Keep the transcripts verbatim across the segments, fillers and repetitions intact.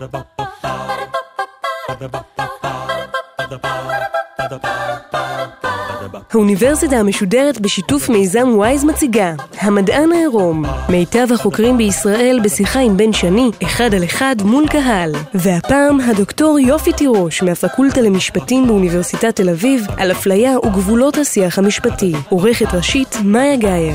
האוניברסיטה המשודרת בשיתוף מיזם וויז מציגה המדען העירום, מיטב החוקרים בישראל בשיחה עם בן שני, אחד על אחד מול קהל. והפעם הדוקטור יופי תירוש מהפקולטה למשפטים באוניברסיטת תל אביב על אפליה וגבולות השיח המשפטי. עורכת ראשית מאיה גאייר.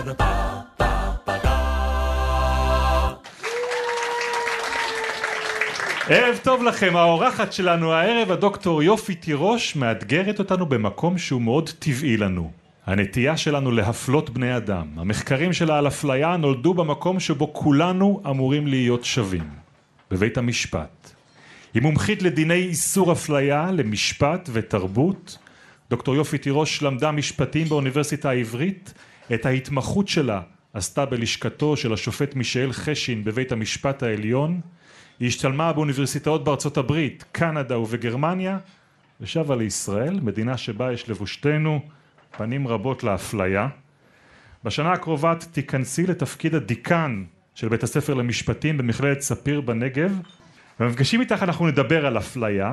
ערב טוב לכם, האורחת שלנו הערב, הדוקטור יופי תירוש, מאתגרת אותנו במקום שהוא מאוד טבעי לנו. הנטייה שלנו להפלות בני אדם. המחקרים שלה על אפליה נולדו במקום שבו כולנו אמורים להיות שווים, בבית המשפט. היא מומחית לדיני איסור אפליה, למשפט ותרבות. דוקטור יופי תירוש למדה משפטים באוניברסיטה העברית. את ההתמחות שלה עשתה בלשכתו של השופט מישאל חשין בבית המשפט העליון. היא השתלמה באוניברסיטאות בארצות הברית, קנדה ובגרמניה, ושבה לישראל, מדינה שבה יש לבושתנו פנים רבות לאפליה. בשנה הקרובה תיכנסי לתפקיד הדיקן של בית הספר למשפטים במכללת ספיר בנגב, במפגשים איתך אנחנו נדבר על אפליה.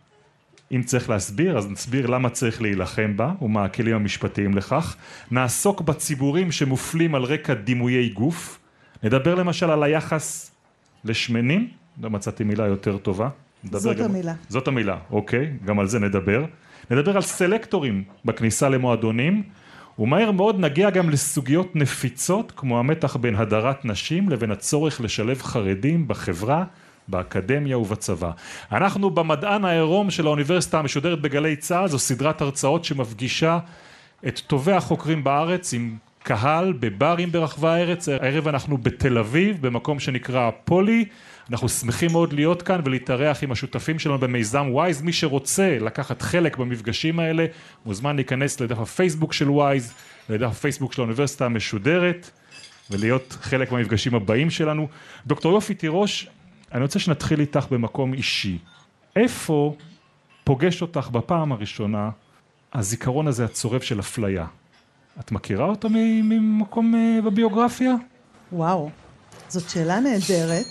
אם צריך להסביר, אז נסביר למה צריך להילחם בה ומה הכלים המשפטיים לכך. נעסוק בציבורים שמופלים על רקע דימויי גוף. נדבר למשל על היחס לשמנים, לא מצאתי מילה יותר טובה. זאת גם... המילה. זאת המילה, אוקיי, גם על זה נדבר. נדבר על סלקטורים בכניסה למועדונים, ומהר מאוד נגיע גם לסוגיות נפיצות, כמו המתח בין הדרת נשים לבין הצורך לשלב חרדים בחברה, באקדמיה ובצבא. אנחנו במדען העירום של האוניברסיטה המשודרת בגלי צה"ל, זו סדרת הרצאות שמפגישה את טובי החוקרים בארץ עם קהל בברים ברחבי הארץ. הערב אנחנו בתל אביב, במקום שנקרא פולי. אנחנו שמחים מאוד להיות כאן ולהתארח עם השותפים שלנו במיזם וויז. מי שרוצה לקחת חלק במפגשים האלה, מוזמן להיכנס לדף הפייסבוק של וויז, לדף הפייסבוק של האוניברסיטה המשודרת, ולהיות חלק במפגשים הבאים שלנו. דוקטור יופי תירוש, אני רוצה שנתחיל איתך במקום אישי. איפה פוגש אותך בפעם הראשונה הזיכרון הזה הצורב של אפליה? את מכירה אותו ממקום בביוגרפיה? וואו, זאת שאלה נהדרת.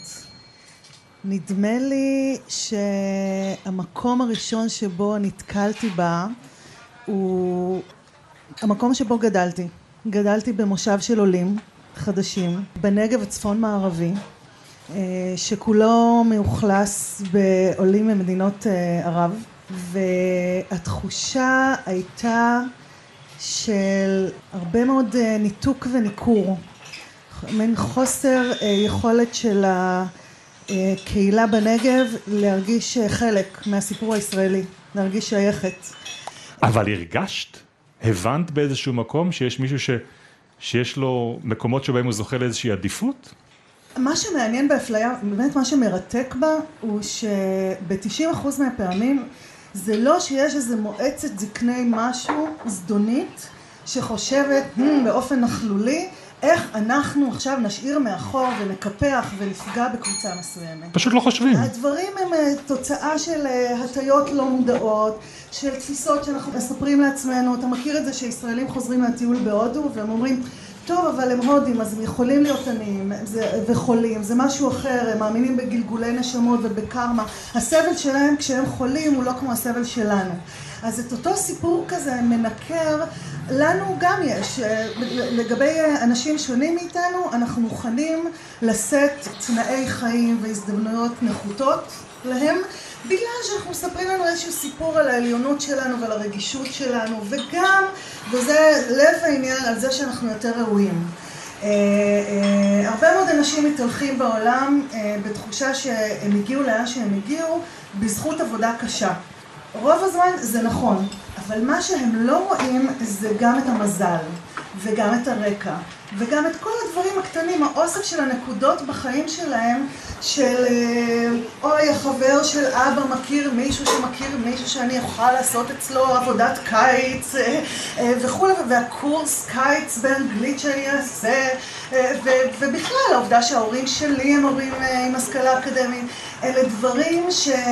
נדמה לי שהמקום הראשון שבו נתקלתי בה הוא המקום שבו גדלתי. גדלתי במושב של עולים חדשים, בנגב הצפון מערבי, שכולו מאוכלס בעולים ממדינות ערב, והתחושה הייתה של הרבה מאוד ניתוק וניכור, מין חוסר יכולת של הקהילה בנגב להרגיש חלק מהסיפור הישראלי, להרגיש שייכת. אבל הרגשת? הבנת באיזשהו מקום שיש מישהו ש... שיש לו מקומות שבהם הוא זוכה לאיזושהי עדיפות? מה שמעניין באפליה, באמת מה שמרתק בה, הוא שב-תשעים אחוז מהפעמים זה לא שיש איזה מועצת זקני משהו זדונית שחושבת hmm, באופן נכלולי איך אנחנו עכשיו נשאיר מאחור ונקפח ונפגע בקבוצה מסוימת. פשוט לא חושבים. הדברים הם תוצאה של הטיות לא מודעות, של תפיסות שאנחנו מספרים לעצמנו. אתה מכיר את זה שישראלים חוזרים מהטיול בהודו והם אומרים, טוב, אבל הם הודים, אז הם יכולים להיות עניים וחולים, זה משהו אחר, הם מאמינים בגלגולי נשמות ובקרמה. הסבל שלהם כשהם חולים הוא לא כמו הסבל שלנו. אז את אותו סיפור כזה מנקר, לנו גם יש. לגבי אנשים שונים מאיתנו, אנחנו מוכנים לשאת תנאי חיים והזדמנויות נחותות להם, בגלל שאנחנו מספרים לנו איזשהו סיפור על העליונות שלנו ועל הרגישות שלנו, וגם, וזה לב העניין, על זה שאנחנו יותר ראויים. הרבה מאוד אנשים מתהלכים בעולם בתחושה שהם הגיעו לאן שהם הגיעו בזכות עבודה קשה. רוב הזמן זה נכון, אבל מה שהם לא רואים זה גם את המזל, וגם את הרקע, וגם את כל הדברים הקטנים, האוסף של הנקודות בחיים שלהם, של אוי, החבר של אבא מכיר מישהו שמכיר מישהו שאני אוכל לעשות אצלו עבודת קיץ, וכו', והקורס קיץ באנגלית שאני אעשה, ובכלל העובדה שההורים שלי הם הורים עם השכלה אקדמית, אלה דברים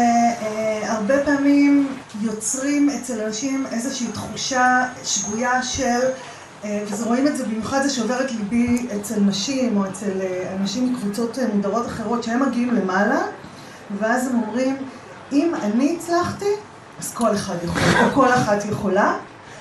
שהרבה פעמים יוצרים אצל אנשים איזושהי תחושה שגויה של, וזה רואים את זה במיוחד, זה שעובר את ליבי אצל נשים או אצל אנשים מקבוצות מודרות אחרות שהם מגיעים למעלה ואז הם אומרים, אם אני הצלחתי, אז כל אחד יכול, או כל אחת יכולה,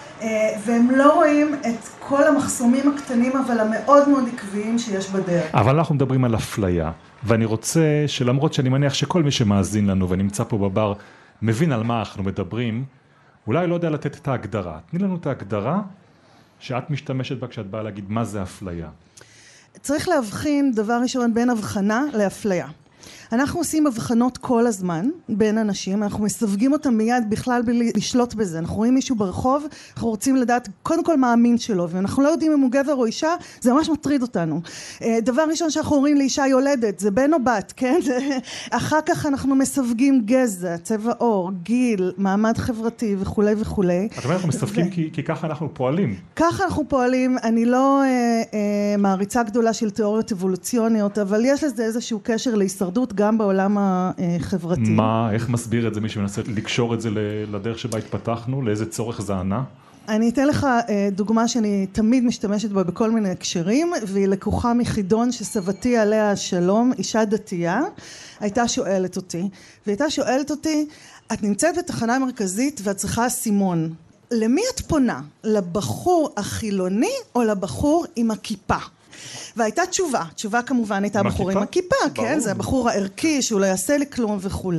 והם לא רואים את כל המחסומים הקטנים, אבל המאוד מאוד עקביים שיש בדרך. אבל אנחנו מדברים על אפליה, ואני רוצה שלמרות שאני מניח שכל מי שמאזין לנו ונמצא פה בבר, מבין על מה אנחנו מדברים, אולי לא יודע לתת את ההגדרה. תני לנו את ההגדרה שאת משתמשת בה כשאת באה להגיד מה זה אפליה. צריך להבחין דבר ראשון בין הבחנה לאפליה. אנחנו עושים הבחנות כל הזמן בין אנשים, אנחנו מסווגים אותם מיד בכלל בלי לשלוט בזה. אנחנו רואים מישהו ברחוב, אנחנו רוצים לדעת קודם כל מה המין שלו, ואנחנו לא יודעים אם הוא גבר או אישה, זה ממש מטריד אותנו. דבר ראשון שאנחנו אומרים לאישה יולדת, זה בן או בת, כן? אחר כך אנחנו מסווגים גזע, צבע עור, גיל, מעמד חברתי וכו' וכו'. את אומרת, אנחנו מסווגים ו... כי, כי ככה אנחנו פועלים. ככה אנחנו פועלים, אני לא אה, אה, מעריצה גדולה של תיאוריות אבולוציוניות, אבל יש לזה איזשהו קשר להישרדות גם בעולם החברתי. מה, איך מסביר את זה מי שמנסה לקשור את זה לדרך שבה התפתחנו? לאיזה צורך זה ענה? אני אתן לך דוגמה שאני תמיד משתמשת בה בכל מיני הקשרים, והיא לקוחה מחידון שסבתי עליה השלום, אישה דתייה, הייתה שואלת אותי, והייתה שואלת אותי, את נמצאת בתחנה מרכזית ואת צריכה סימון. למי את פונה? לבחור החילוני או לבחור עם הכיפה? והייתה תשובה, תשובה כמובן הייתה בחור עם הכיפה, כן? זה הבחור הערכי שהוא לא יעשה לי כלום וכו'.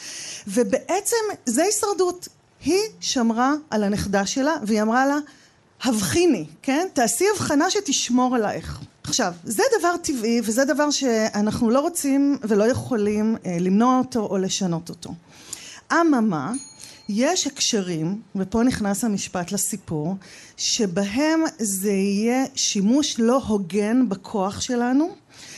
ובעצם זה הישרדות. היא שמרה על הנכדה שלה והיא אמרה לה, הבחיני, כן? תעשי הבחנה שתשמור עלייך. עכשיו, זה דבר טבעי וזה דבר שאנחנו לא רוצים ולא יכולים למנוע אותו או לשנות אותו. אממה, יש הקשרים, ופה נכנס המשפט לסיפור, שבהם זה יהיה שימוש לא הוגן בכוח שלנו,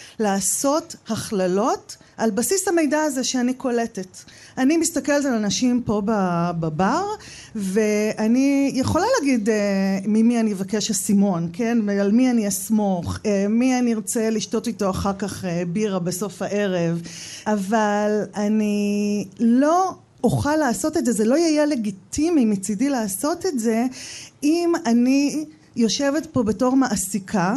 לעשות הכללות על בסיס המידע הזה שאני קולטת. אני מסתכלת על אנשים פה בבר, ואני יכולה להגיד ממי אני אבקש הסימון, כן? על מי אני אסמוך, מי אני ארצה לשתות איתו אחר כך בירה בסוף הערב, אבל אני לא אוכל לעשות את זה, זה לא יהיה לגיטימי מצידי לעשות את זה, אם אני יושבת פה בתור מעסיקה,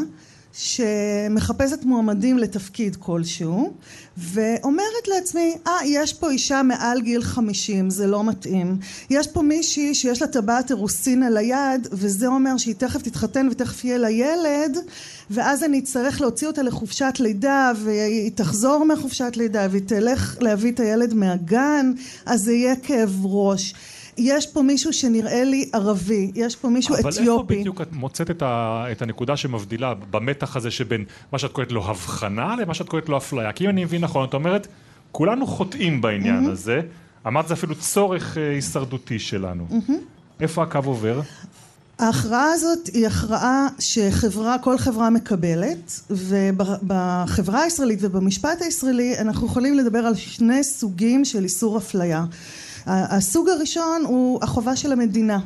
שמחפשת מועמדים לתפקיד כלשהו, ואומרת לעצמי, אה, יש פה אישה מעל גיל חמישים, זה לא מתאים. יש פה מישהי שיש לה טבעת אירוסין על היד, וזה אומר שהיא תכף תתחתן ותכף יהיה לה ילד, ואז אני אצטרך להוציא אותה לחופשת לידה, והיא תחזור מחופשת לידה, והיא תלך להביא את הילד מהגן, אז זה יהיה כאב ראש. יש פה מישהו שנראה לי ערבי, יש פה מישהו אבל אתיופי. אבל איפה בדיוק את מוצאת את, ה, את הנקודה שמבדילה במתח הזה שבין מה שאת קוראת לו הבחנה למה שאת קוראת לו אפליה? כי אם אני מבין נכון, את אומרת, כולנו חוטאים בעניין mm-hmm. הזה, אמרת זה אפילו צורך הישרדותי שלנו. Mm-hmm. איפה הקו עובר? ההכרעה הזאת היא הכרעה שחברה, כל חברה מקבלת, ובחברה הישראלית ובמשפט הישראלי אנחנו יכולים לדבר על שני סוגים של איסור אפליה. הסוג הראשון הוא החובה של המדינה.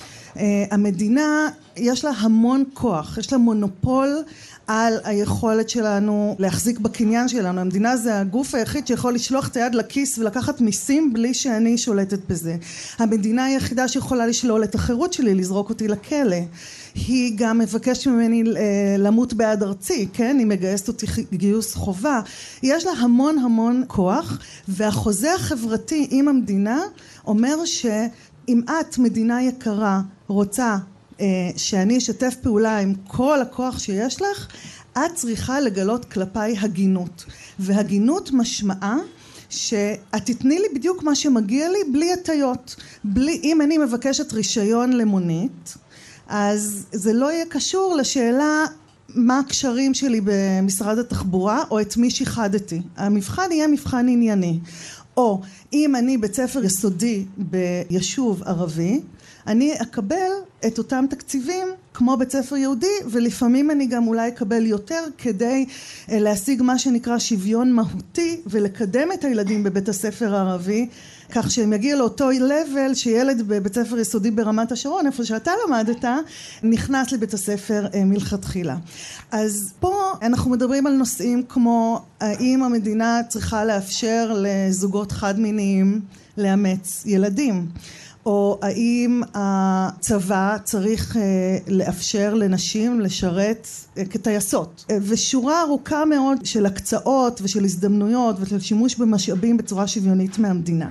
המדינה יש לה המון כוח, יש לה מונופול על היכולת שלנו להחזיק בקניין שלנו. המדינה זה הגוף היחיד שיכול לשלוח את היד לכיס ולקחת מיסים בלי שאני שולטת בזה. המדינה היחידה שיכולה לשלול את החירות שלי, לזרוק אותי לכלא. היא גם מבקשת ממני למות בעד ארצי, כן? היא מגייסת אותי גיוס חובה. יש לה המון המון כוח, והחוזה החברתי עם המדינה אומר שאם את, מדינה יקרה, רוצה שאני אשתף פעולה עם כל הכוח שיש לך, את צריכה לגלות כלפיי הגינות. והגינות משמעה שאת תתני לי בדיוק מה שמגיע לי בלי הטיות. בלי, אם אני מבקשת רישיון למונית, אז זה לא יהיה קשור לשאלה מה הקשרים שלי במשרד התחבורה או את מי שיחדתי. המבחן יהיה מבחן ענייני. או אם אני בית ספר יסודי ביישוב ערבי, אני אקבל את אותם תקציבים כמו בית ספר יהודי, ולפעמים אני גם אולי אקבל יותר כדי להשיג מה שנקרא שוויון מהותי ולקדם את הילדים בבית הספר הערבי, כך שהם יגיעו לאותו level שילד בבית ספר יסודי ברמת השרון, איפה שאתה למדת, נכנס לבית הספר מלכתחילה. אז פה אנחנו מדברים על נושאים כמו האם המדינה צריכה לאפשר לזוגות חד מיניים לאמץ ילדים, או האם הצבא צריך לאפשר לנשים לשרת כטייסות. ושורה ארוכה מאוד של הקצאות ושל הזדמנויות ושל שימוש במשאבים בצורה שוויונית מהמדינה.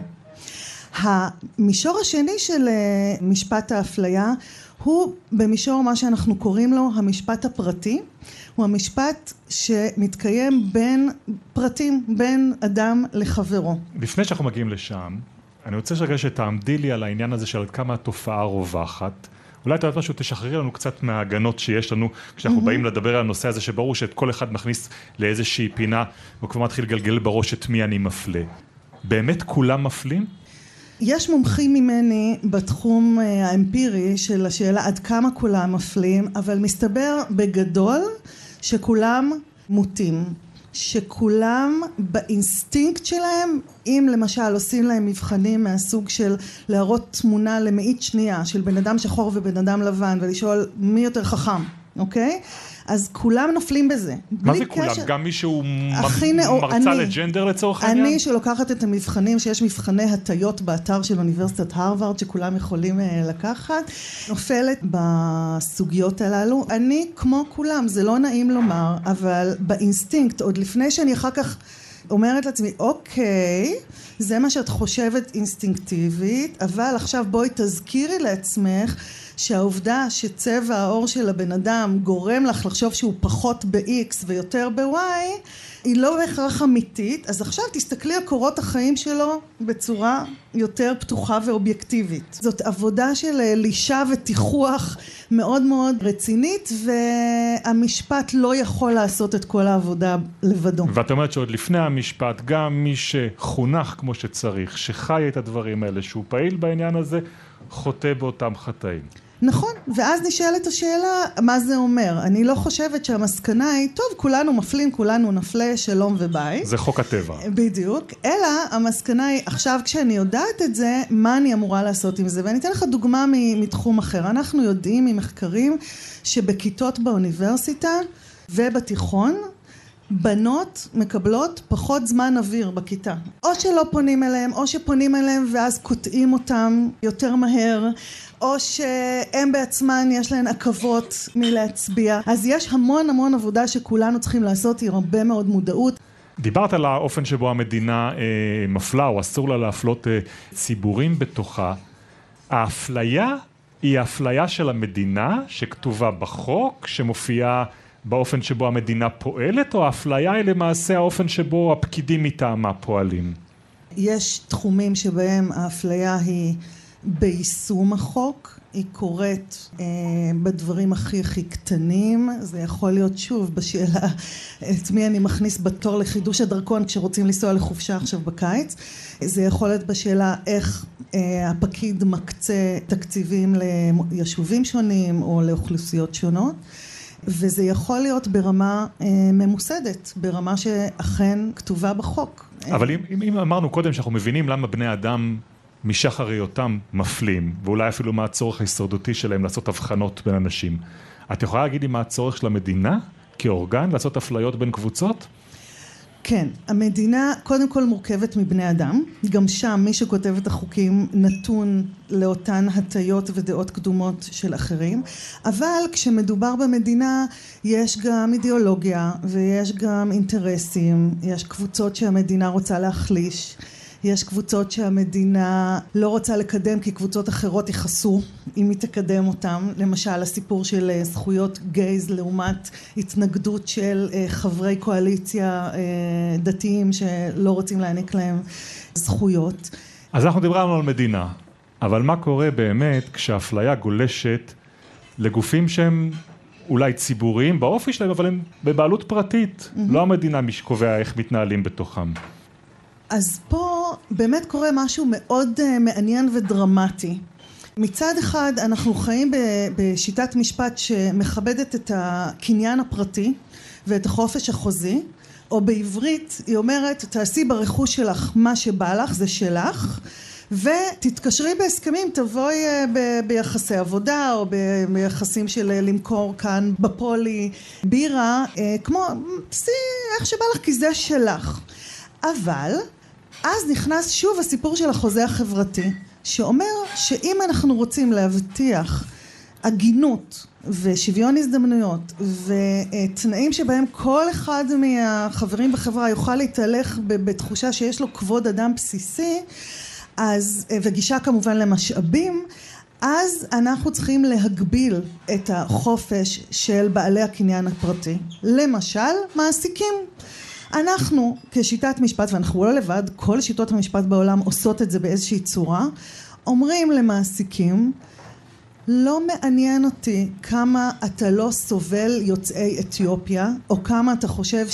המישור השני של משפט האפליה הוא במישור מה שאנחנו קוראים לו המשפט הפרטי, הוא המשפט שמתקיים בין פרטים, בין אדם לחברו. לפני שאנחנו מגיעים לשם, אני רוצה שרגע שתעמדי לי על העניין הזה של עד כמה התופעה רווחת. אולי אתה יודעת משהו, תשחררי לנו קצת מההגנות שיש לנו, כשאנחנו mm-hmm. באים לדבר על הנושא הזה, שברור שאת כל אחד מכניס לאיזושהי פינה, וכבר מתחיל לגלגל בראש את מי אני מפלה. באמת כולם מפלים? יש מומחים ממני בתחום האמפירי של השאלה עד כמה כולם מפלים, אבל מסתבר בגדול שכולם מוטים. שכולם באינסטינקט שלהם, אם למשל עושים להם מבחנים מהסוג של להראות תמונה למאית שנייה של בן אדם שחור ובן אדם לבן ולשאול מי יותר חכם, אוקיי? אז כולם נופלים בזה. מה זה כולם? גם מי שהוא מרצה לג'נדר לצורך העניין? אני שלוקחת את המבחנים, שיש מבחני הטיות באתר של אוניברסיטת הרווארד, שכולם יכולים לקחת, נופלת בסוגיות הללו. אני כמו כולם, זה לא נעים לומר, אבל באינסטינקט, עוד לפני שאני אחר כך אומרת לעצמי, אוקיי, זה מה שאת חושבת אינסטינקטיבית, אבל עכשיו בואי תזכירי לעצמך, שהעובדה שצבע האור של הבן אדם גורם לך לחשוב שהוא פחות ב-X ויותר ב-Y, היא לא בהכרח אמיתית, אז עכשיו תסתכלי על קורות החיים שלו בצורה יותר פתוחה ואובייקטיבית. זאת עבודה של לישה ותיחוח מאוד מאוד רצינית, והמשפט לא יכול לעשות את כל העבודה לבדו. ואת אומרת שעוד לפני המשפט, גם מי שחונך כמו שצריך, שחי את הדברים האלה, שהוא פעיל בעניין הזה, חוטא באותם חטאים. נכון, ואז נשאלת השאלה, מה זה אומר? אני לא חושבת שהמסקנה היא, טוב, כולנו מפלים, כולנו נפלה, שלום וביי. זה חוק הטבע. בדיוק, אלא המסקנה היא, עכשיו כשאני יודעת את זה, מה אני אמורה לעשות עם זה? ואני אתן לך דוגמה מתחום אחר. אנחנו יודעים ממחקרים שבכיתות באוניברסיטה ובתיכון, בנות מקבלות פחות זמן אוויר בכיתה. או שלא פונים אליהם, או שפונים אליהם ואז קוטעים אותם יותר מהר, או שהם בעצמן יש להן עקבות מלהצביע. אז יש המון המון עבודה שכולנו צריכים לעשות, היא הרבה מאוד מודעות. דיברת על האופן שבו המדינה אה, מפלה או אסור לה להפלות אה, ציבורים בתוכה. האפליה היא האפליה של המדינה שכתובה בחוק, שמופיעה באופן שבו המדינה פועלת, או האפליה היא למעשה האופן שבו הפקידים מטעמה פועלים? יש תחומים שבהם האפליה היא ביישום החוק, היא קורית אה, בדברים הכי הכי קטנים, זה יכול להיות שוב בשאלה את מי אני מכניס בתור לחידוש הדרכון כשרוצים לנסוע לחופשה עכשיו בקיץ, זה יכול להיות בשאלה איך אה, הפקיד מקצה תקציבים לישובים שונים או לאוכלוסיות שונות, וזה יכול להיות ברמה אה, ממוסדת, ברמה שאכן כתובה בחוק. אבל אם, אם, אם אמרנו קודם שאנחנו מבינים למה בני אדם משחר היותם מפלים, ואולי אפילו מה הצורך ההישרדותי שלהם לעשות הבחנות בין אנשים, את יכולה להגיד לי מה הצורך של המדינה כאורגן לעשות אפליות בין קבוצות? כן, המדינה קודם כל מורכבת מבני אדם, גם שם מי שכותב את החוקים נתון לאותן הטיות ודעות קדומות של אחרים, אבל כשמדובר במדינה יש גם אידיאולוגיה ויש גם אינטרסים, יש קבוצות שהמדינה רוצה להחליש, יש קבוצות שהמדינה לא רוצה לקדם כי קבוצות אחרות יחסו אם היא תקדם אותם, למשל הסיפור של זכויות גייז לעומת התנגדות של חברי קואליציה דתיים שלא רוצים להעניק להם זכויות. אז אנחנו דיברנו על מדינה, אבל מה קורה באמת כשהאפליה גולשת לגופים שהם אולי ציבוריים באופי שלהם, אבל הם בבעלות פרטית, mm-hmm. לא המדינה מי שקובע איך מתנהלים בתוכם. אז פה באמת קורה משהו מאוד uh, מעניין ודרמטי. מצד אחד אנחנו חיים בשיטת משפט שמכבדת את הקניין הפרטי ואת החופש החוזי, או בעברית היא אומרת תעשי ברכוש שלך מה שבא לך, זה שלך, ותתקשרי בהסכמים, תבואי ב- ביחסי עבודה או ב- ביחסים של למכור כאן בפולי בירה, כמו תעשי איך שבא לך כי זה שלך. אבל אז נכנס שוב הסיפור של החוזה החברתי, שאומר שאם אנחנו רוצים להבטיח הגינות ושוויון הזדמנויות ותנאים שבהם כל אחד מהחברים בחברה יוכל להתהלך בתחושה שיש לו כבוד אדם בסיסי, אז, וגישה כמובן למשאבים, אז אנחנו צריכים להגביל את החופש של בעלי הקניין הפרטי. למשל, מעסיקים. אנחנו כשיטת משפט, ואנחנו לא לבד, כל שיטות המשפט בעולם עושות את זה באיזושהי צורה, אומרים למעסיקים, לא מעניין אותי כמה אתה לא סובל יוצאי אתיופיה, או כמה אתה חושב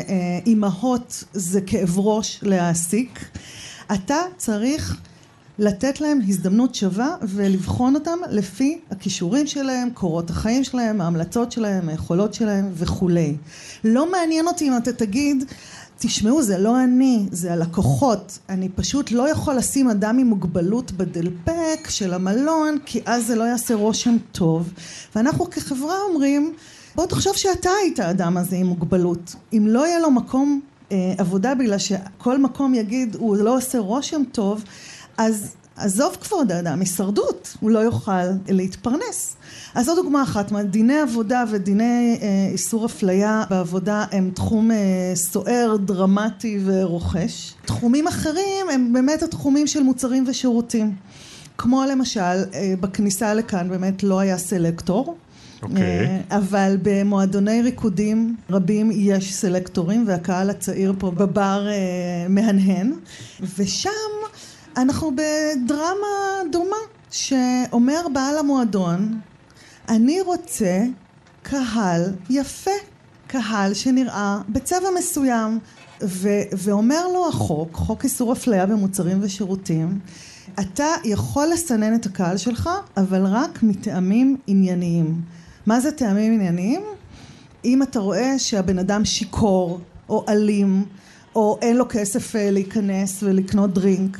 שאימהות זה כאב ראש להעסיק, אתה צריך לתת להם הזדמנות שווה ולבחון אותם לפי הכישורים שלהם, קורות החיים שלהם, ההמלצות שלהם, היכולות שלהם וכולי. לא מעניין אותי אם אתה תגיד, תשמעו, זה לא אני, זה הלקוחות. אני פשוט לא יכול לשים אדם עם מוגבלות בדלפק של המלון, כי אז זה לא יעשה רושם טוב. ואנחנו כחברה אומרים, בוא תחשוב שאתה היית האדם הזה עם מוגבלות. אם לא יהיה לו מקום אה, עבודה בגלל שכל מקום יגיד, הוא לא עושה רושם טוב, אז עזוב כבוד האדם, הישרדות, הוא לא יוכל להתפרנס. אז זו דוגמה אחת, דיני עבודה ודיני אה, איסור אפליה בעבודה הם תחום אה, סוער, דרמטי ורוכש. תחומים אחרים הם באמת התחומים של מוצרים ושירותים. כמו למשל, אה, בכניסה לכאן באמת לא היה סלקטור. אוקיי. אה, אבל במועדוני ריקודים רבים יש סלקטורים, והקהל הצעיר פה בבר אה, מהנהן. ושם אנחנו בדרמה דומה, שאומר בעל המועדון, אני רוצה קהל יפה, קהל שנראה בצבע מסוים, ו- ואומר לו החוק, חוק איסור אפליה במוצרים ושירותים, אתה יכול לסנן את הקהל שלך, אבל רק מטעמים ענייניים. מה זה טעמים ענייניים? אם אתה רואה שהבן אדם שיקור או אלים, או אין לו כסף להיכנס ולקנות דרינק,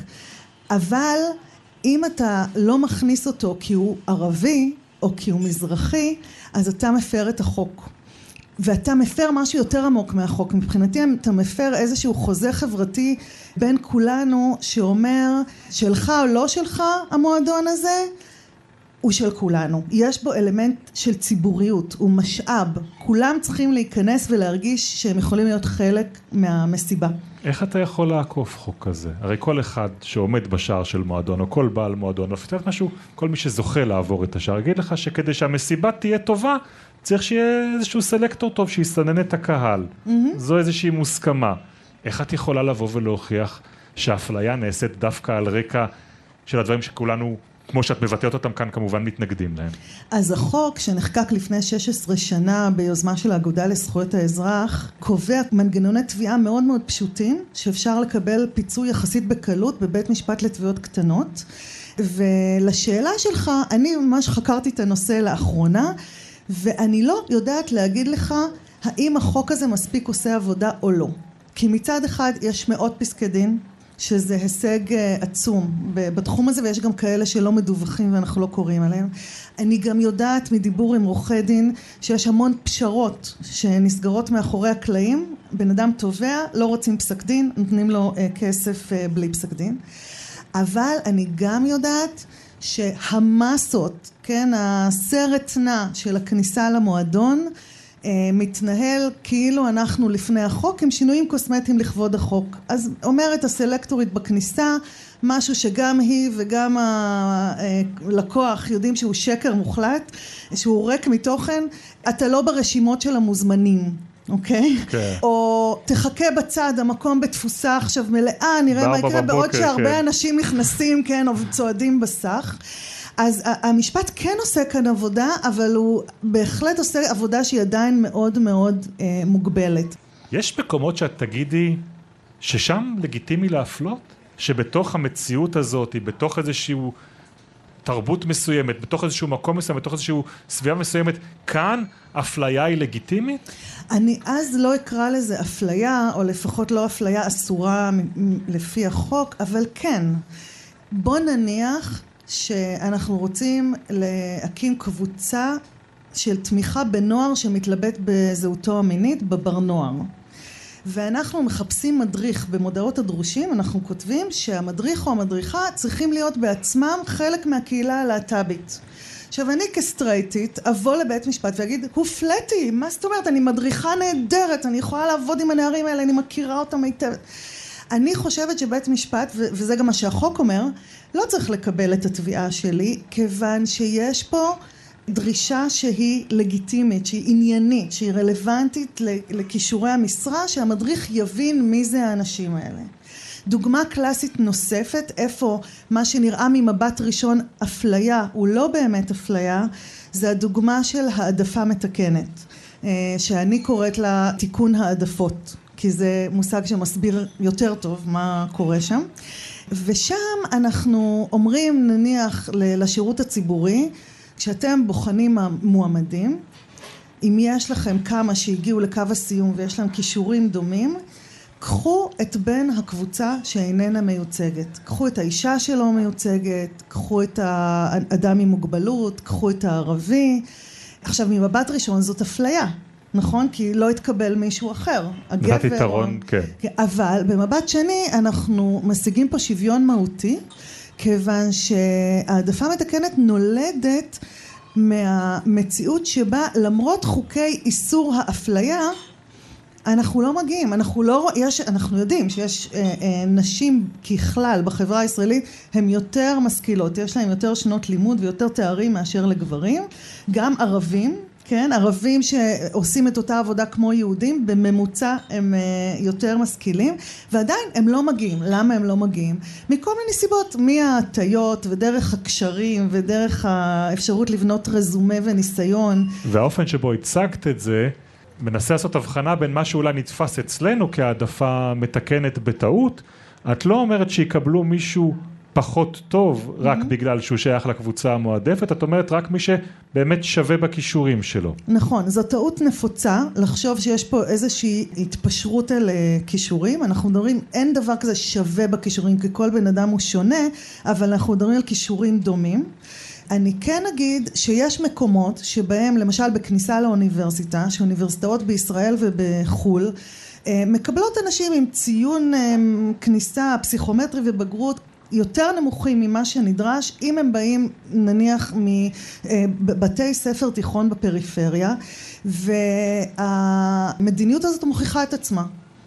אבל אם אתה לא מכניס אותו כי הוא ערבי או כי הוא מזרחי, אז אתה מפר את החוק. ואתה מפר משהו יותר עמוק מהחוק. מבחינתי אתה מפר איזשהו חוזה חברתי בין כולנו שאומר שלך או לא שלך המועדון הזה, הוא של כולנו. יש בו אלמנט של ציבוריות, הוא משאב. כולם צריכים להיכנס ולהרגיש שהם יכולים להיות חלק מהמסיבה. איך אתה יכול לעקוף חוק כזה? הרי כל אחד שעומד בשער של מועדון, או כל בעל מועדון, או פתאום משהו, כל מי שזוכה לעבור את השער, יגיד לך שכדי שהמסיבה תהיה טובה, צריך שיהיה איזשהו סלקטור טוב שיסנן את הקהל. Mm-hmm. זו איזושהי מוסכמה. איך את יכולה לבוא ולהוכיח שהאפליה נעשית דווקא על רקע של הדברים שכולנו, כמו שאת מבטאת אותם כאן, כמובן מתנגדים להם? אז החוק שנחקק לפני שש עשרה שנה ביוזמה של האגודה לזכויות האזרח, קובע מנגנוני תביעה מאוד מאוד פשוטים, שאפשר לקבל פיצוי יחסית בקלות בבית משפט לתביעות קטנות. ולשאלה שלך, אני ממש חקרתי את הנושא לאחרונה, ואני לא יודעת להגיד לך האם החוק הזה מספיק עושה עבודה או לא. כי מצד אחד יש מאות פסקי דין, שזה הישג עצום בתחום הזה, ויש גם כאלה שלא מדווחים ואנחנו לא קוראים עליהם. אני גם יודעת מדיבור עם עורכי דין שיש המון פשרות שנסגרות מאחורי הקלעים, בן אדם תובע, לא רוצים פסק דין, נותנים לו כסף בלי פסק דין. אבל אני גם יודעת שהמסות, כן, הסרט נע של הכניסה למועדון, מתנהל כאילו אנחנו לפני החוק עם שינויים קוסמטיים לכבוד החוק. אז אומרת הסלקטורית בכניסה משהו שגם היא וגם הלקוח יודעים שהוא שקר מוחלט, שהוא ריק מתוכן, אתה לא ברשימות של המוזמנים, אוקיי? Okay. או תחכה בצד, המקום בתפוסה עכשיו מלאה, נראה מה יקרה בעוד שהרבה כן. אנשים נכנסים, כן, או צועדים בסך. אז המשפט כן עושה כאן עבודה, אבל הוא בהחלט עושה עבודה שהיא עדיין מאוד מאוד אה, מוגבלת. יש מקומות שאת תגידי ששם לגיטימי להפלות? שבתוך המציאות הזאת, בתוך איזשהו תרבות מסוימת, בתוך איזשהו מקום מסוים, בתוך איזשהו סביבה מסוימת, כאן אפליה היא לגיטימית? אני אז לא אקרא לזה אפליה, או לפחות לא אפליה אסורה לפי החוק, אבל כן. בוא נניח שאנחנו רוצים להקים קבוצה של תמיכה בנוער שמתלבט בזהותו המינית בבר נוער. ואנחנו מחפשים מדריך. במודעות הדרושים אנחנו כותבים שהמדריך או המדריכה צריכים להיות בעצמם חלק מהקהילה הלהט"בית. עכשיו אני כסטרייטית אבוא לבית משפט ואגיד, הופלאתי, מה זאת אומרת? אני מדריכה נהדרת, אני יכולה לעבוד עם הנערים האלה, אני מכירה אותם היטב. אני חושבת שבית משפט, וזה גם מה שהחוק אומר, לא צריך לקבל את התביעה שלי, כיוון שיש פה דרישה שהיא לגיטימית, שהיא עניינית, שהיא רלוונטית לכישורי המשרה, שהמדריך יבין מי זה האנשים האלה. דוגמה קלאסית נוספת, איפה מה שנראה ממבט ראשון אפליה, הוא לא באמת אפליה, זה הדוגמה של העדפה מתקנת, שאני קוראת לה תיקון העדפות, כי זה מושג שמסביר יותר טוב מה קורה שם. ושם אנחנו אומרים, נניח לשירות הציבורי, כשאתם בוחנים המועמדים, אם יש לכם כמה שהגיעו לקו הסיום ויש להם כישורים דומים, קחו את בן הקבוצה שאיננה מיוצגת. קחו את האישה שלא מיוצגת, קחו את האדם עם מוגבלות, קחו את הערבי. עכשיו, ממבט ראשון זאת אפליה, נכון? כי לא התקבל מישהו אחר. נתת יתרון, כן. אבל במבט שני אנחנו משיגים פה שוויון מהותי, כיוון שהעדפה מתקנת נולדת מהמציאות שבה למרות חוקי איסור האפליה, אנחנו לא מגיעים, אנחנו לא, יש, אנחנו יודעים שיש אה, אה, נשים ככלל בחברה הישראלית, הן יותר משכילות, יש להן יותר שנות לימוד ויותר תארים מאשר לגברים, גם ערבים, כן, ערבים שעושים את אותה עבודה כמו יהודים, בממוצע הם אה, יותר משכילים, ועדיין הם לא מגיעים. למה הם לא מגיעים? מכל מיני סיבות, מההטיות ודרך הקשרים ודרך האפשרות לבנות רזומה וניסיון. והאופן שבו הצגת את זה, מנסה לעשות הבחנה בין מה שאולי נתפס אצלנו כהעדפה מתקנת בטעות. את לא אומרת שיקבלו מישהו פחות טוב רק mm-hmm. בגלל שהוא שייך לקבוצה המועדפת, את אומרת רק מי שבאמת שווה בכישורים שלו. נכון, זו טעות נפוצה לחשוב שיש פה איזושהי התפשרות על כישורים. אנחנו מדברים, אין דבר כזה שווה בכישורים, כי כל בן אדם הוא שונה, אבל אנחנו מדברים על כישורים דומים. אני כן אגיד שיש מקומות שבהם, למשל בכניסה לאוניברסיטה, שאוניברסיטאות בישראל ובחול, מקבלות אנשים עם ציון כניסה, פסיכומטרי ובגרות, יותר נמוכים ממה שנדרש, אם הם באים נניח מבתי ספר תיכון בפריפריה, והמדיניות הזאת מוכיחה את עצמה.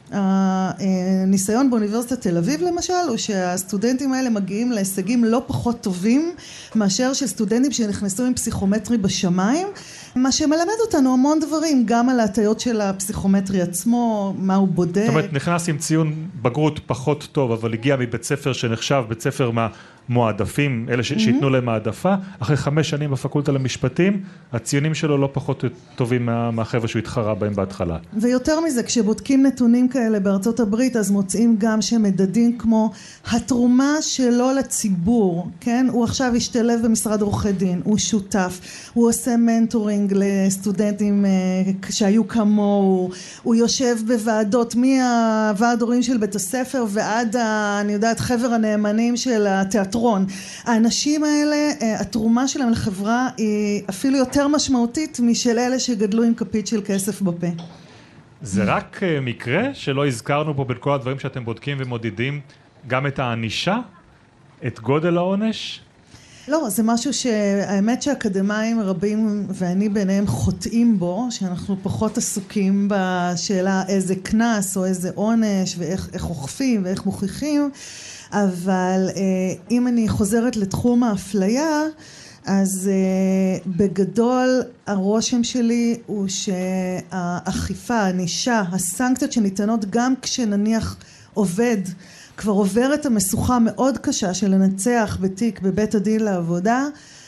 הניסיון באוניברסיטת תל אביב למשל, הוא שהסטודנטים האלה מגיעים להישגים לא פחות טובים מאשר של סטודנטים שנכנסו עם פסיכומטרי בשמיים, מה שמלמד אותנו המון דברים, גם על ההטיות של הפסיכומטרי עצמו, מה הוא בודק. זאת אומרת, נכנס עם ציון בגרות פחות טוב, אבל הגיע מבית ספר שנחשב בית ספר מהמועדפים, אלה שיתנו להם העדפה, אחרי חמש שנים בפקולטה למשפטים, הציונים שלו לא פחות טובים מהחבר'ה שהוא התחרה בהם בהתחלה. ויותר מזה, כשבודקים נתונים כאלה בארצות הברית, אז מוצאים גם שמדדים כמו התרומה שלו לציבור, כן? הוא עכשיו השתלב במשרד עורכי דין, הוא שותף, הוא עושה מנטורינג לסטודנטים שהיו כמוהו, הוא יושב בוועדות מהוועד הורים של בית הספר ועד, אני יודעת, חבר הנאמנים של התיאטרון. האנשים האלה, התרומה שלהם לחברה היא אפילו יותר משמעותית משל אלה שגדלו עם כפית של כסף בפה. זה רק מקרה שלא הזכרנו פה בין כל הדברים שאתם בודקים ומודדים, גם את הענישה, את גודל העונש? לא, זה משהו שהאמת שהאקדמיים רבים ואני ביניהם חוטאים בו, שאנחנו פחות עסוקים בשאלה איזה קנס או איזה עונש ואיך איך אוכפים ואיך מוכיחים, אבל אם אני חוזרת לתחום האפליה, אז uh, בגדול הרושם שלי הוא שהאכיפה, הענישה, הסנקציות שניתנות גם כשנניח עובד כבר עובר את המשוכה מאוד קשה של לנצח בתיק בבית הדין לעבודה,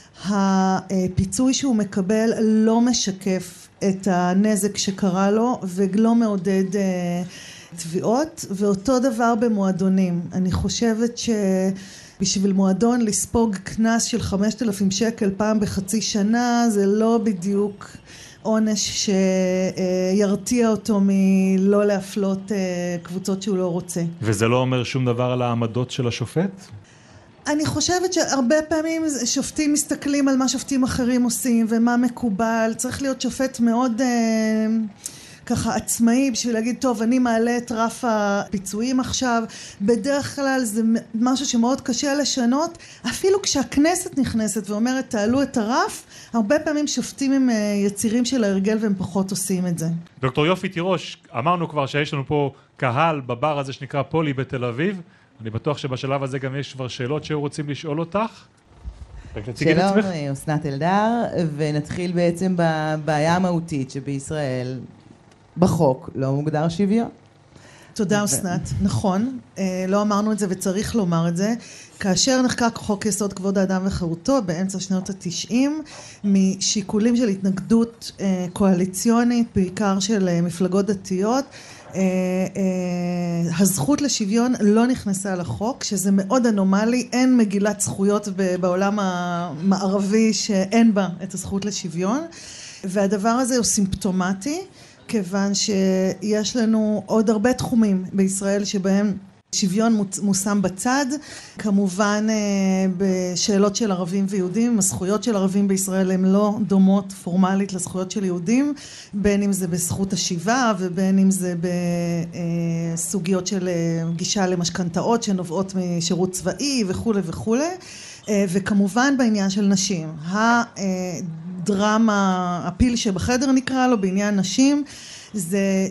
הפיצוי שהוא מקבל לא משקף את הנזק שקרה לו ולא מעודד uh, תביעות, ואותו דבר במועדונים. אני חושבת ש... בשביל מועדון לספוג קנס של חמשת אלפים שקל פעם בחצי שנה, זה לא בדיוק עונש שירתיע אותו מלא להפלות קבוצות שהוא לא רוצה. וזה לא אומר שום דבר על העמדות של השופט? אני חושבת שהרבה פעמים שופטים מסתכלים על מה שופטים אחרים עושים ומה מקובל. צריך להיות שופט מאוד... ככה עצמאי בשביל להגיד, טוב, אני מעלה את רף הפיצויים עכשיו. בדרך כלל זה משהו שמאוד קשה לשנות. אפילו כשהכנסת נכנסת ואומרת, תעלו את הרף, הרבה פעמים שופטים עם יצירים של ההרגל והם פחות עושים את זה. דוקטור יופי תירוש, אמרנו כבר שיש לנו פה קהל בבר הזה שנקרא פולי בתל אביב. אני בטוח שבשלב הזה גם יש כבר שאלות שהיו רוצים לשאול אותך. שלום, אסנת אלדר, ונתחיל בעצם בבעיה המהותית שבישראל בחוק לא מוגדר שוויון. תודה אסנת, נכון, לא אמרנו את זה וצריך לומר את זה. כאשר נחקק חוק יסוד כבוד האדם וחירותו באמצע שנות התשעים, משיקולים של התנגדות קואליציונית, בעיקר של מפלגות דתיות, הזכות לשוויון לא נכנסה לחוק, שזה מאוד אנומלי. אין מגילת זכויות בעולם המערבי שאין בה את הזכות לשוויון, והדבר הזה הוא סימפטומטי, כיוון שיש לנו עוד הרבה תחומים בישראל שבהם שוויון מושם בצד. כמובן בשאלות של ערבים ויהודים, הזכויות של ערבים בישראל הן לא דומות פורמלית לזכויות של יהודים, בין אם זה בזכות השיבה ובין אם זה בסוגיות של גישה למשכנתאות שנובעות משירות צבאי וכו' וכו'. וכמובן בעניין של נשים, הדרמה, הפיל שבחדר נקרא לו בעניין נשים, זה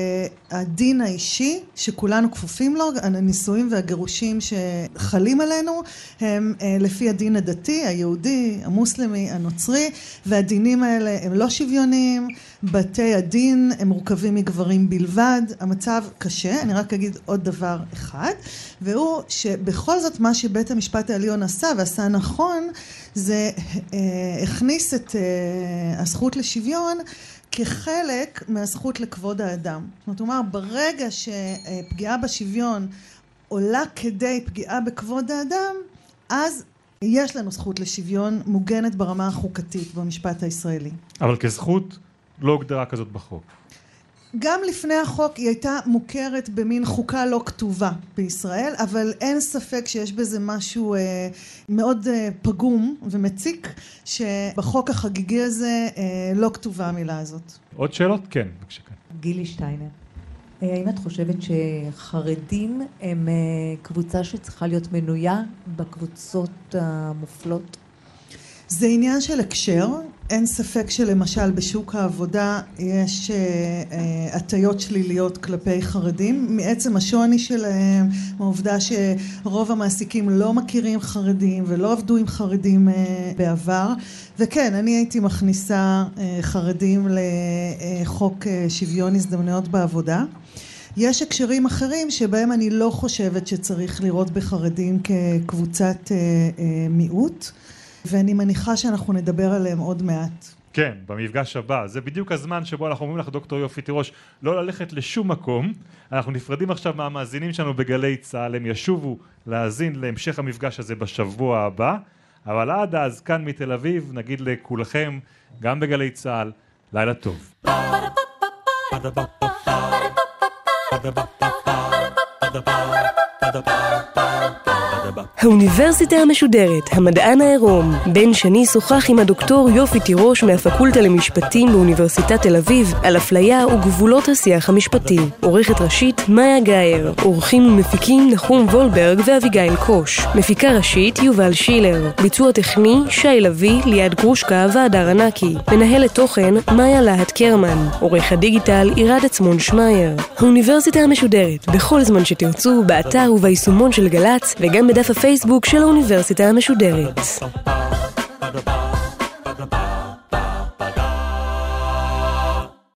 שהדין האישי שכולנו כפופים לו, הנישואים והגירושים שחלים עלינו, הם לפי הדין הדתי, היהודי, המוסלמי, הנוצרי, והדינים האלה הם לא שוויוניים. בתי הדין הם מורכבים מגברים בלבד. המצב קשה. אני רק אגיד עוד דבר אחד, והוא שבכל זאת מה שבית המשפט העליון עשה ועשה נכון, זה הכניס את הזכות לשוויון כחלק מהזכות לכבוד האדם. זאת אומרת, ברגע שפגיעה בשוויון עולה כדי פגיעה בכבוד האדם, אז יש לנו זכות לשוויון מוגנת ברמה החוקתית במשפט הישראלי. אבל כזכות לא הוגדרה כזאת בחוק. גם לפני החוק היא הייתה מוכרת במין חוקה לא כתובה בישראל, אבל אין ספק שיש בזה משהו אה, מאוד אה, פגום ומציק, שבחוק החגיגי הזה אה, לא כתובה המילה הזאת. עוד שאלות? כן, בבקשה. גילי שטיינר, האם את חושבת שחרדים הם אה, קבוצה שצריכה להיות מנויה בקבוצות המופלות? זה עניין של הקשר. אין ספק שלמשל בשוק העבודה יש הטיות שליליות כלפי חרדים, מעצם השוני שלהם, מהעובדה שרוב המעסיקים לא מכירים חרדים ולא עבדו עם חרדים בעבר. וכן, אני הייתי מכניסה חרדים לחוק שוויון הזדמנויות בעבודה. יש הקשרים אחרים שבהם אני לא חושבת שצריך לראות בחרדים כקבוצת מיעוט, ואני מניחה שאנחנו נדבר עליהם עוד מעט. כן, במפגש הבא. זה בדיוק הזמן שבו אנחנו אומרים לך, דוקטור יופי תירוש, לא ללכת לשום מקום. אנחנו נפרדים עכשיו מהמאזינים שלנו בגלי צהל, הם ישובו להאזין להמשך המפגש הזה בשבוע הבא, אבל עד אז, כאן מתל אביב, נגיד לכולכם, גם בגלי צהל, לילה טוב. האוניברסיטה המשודרת, המדען העירום. בן שני שוחח עם הדוקטור יופי תירוש מהפקולטה למשפטים באוניברסיטת תל אביב על אפליה וגבולות השיח המשפטי. עורכת ראשית מאיה גאייר, עורכים ומפיקים נחום וולברג ואביגיל קוש. מפיקה ראשית יובל שילר. ביצוע טכני שי לוי, ליעד גרושקה והדר ענקי. מנהלת תוכן מאיה להט קרמן. עורך הדיגיטל אירד עצמון שמייר. האוניברסיטה המשודרת, בכל זמן שתרצו, באתר וביישומון של גלץ וגם בדף הפייסבוק של האוניברסיטה המשודרת.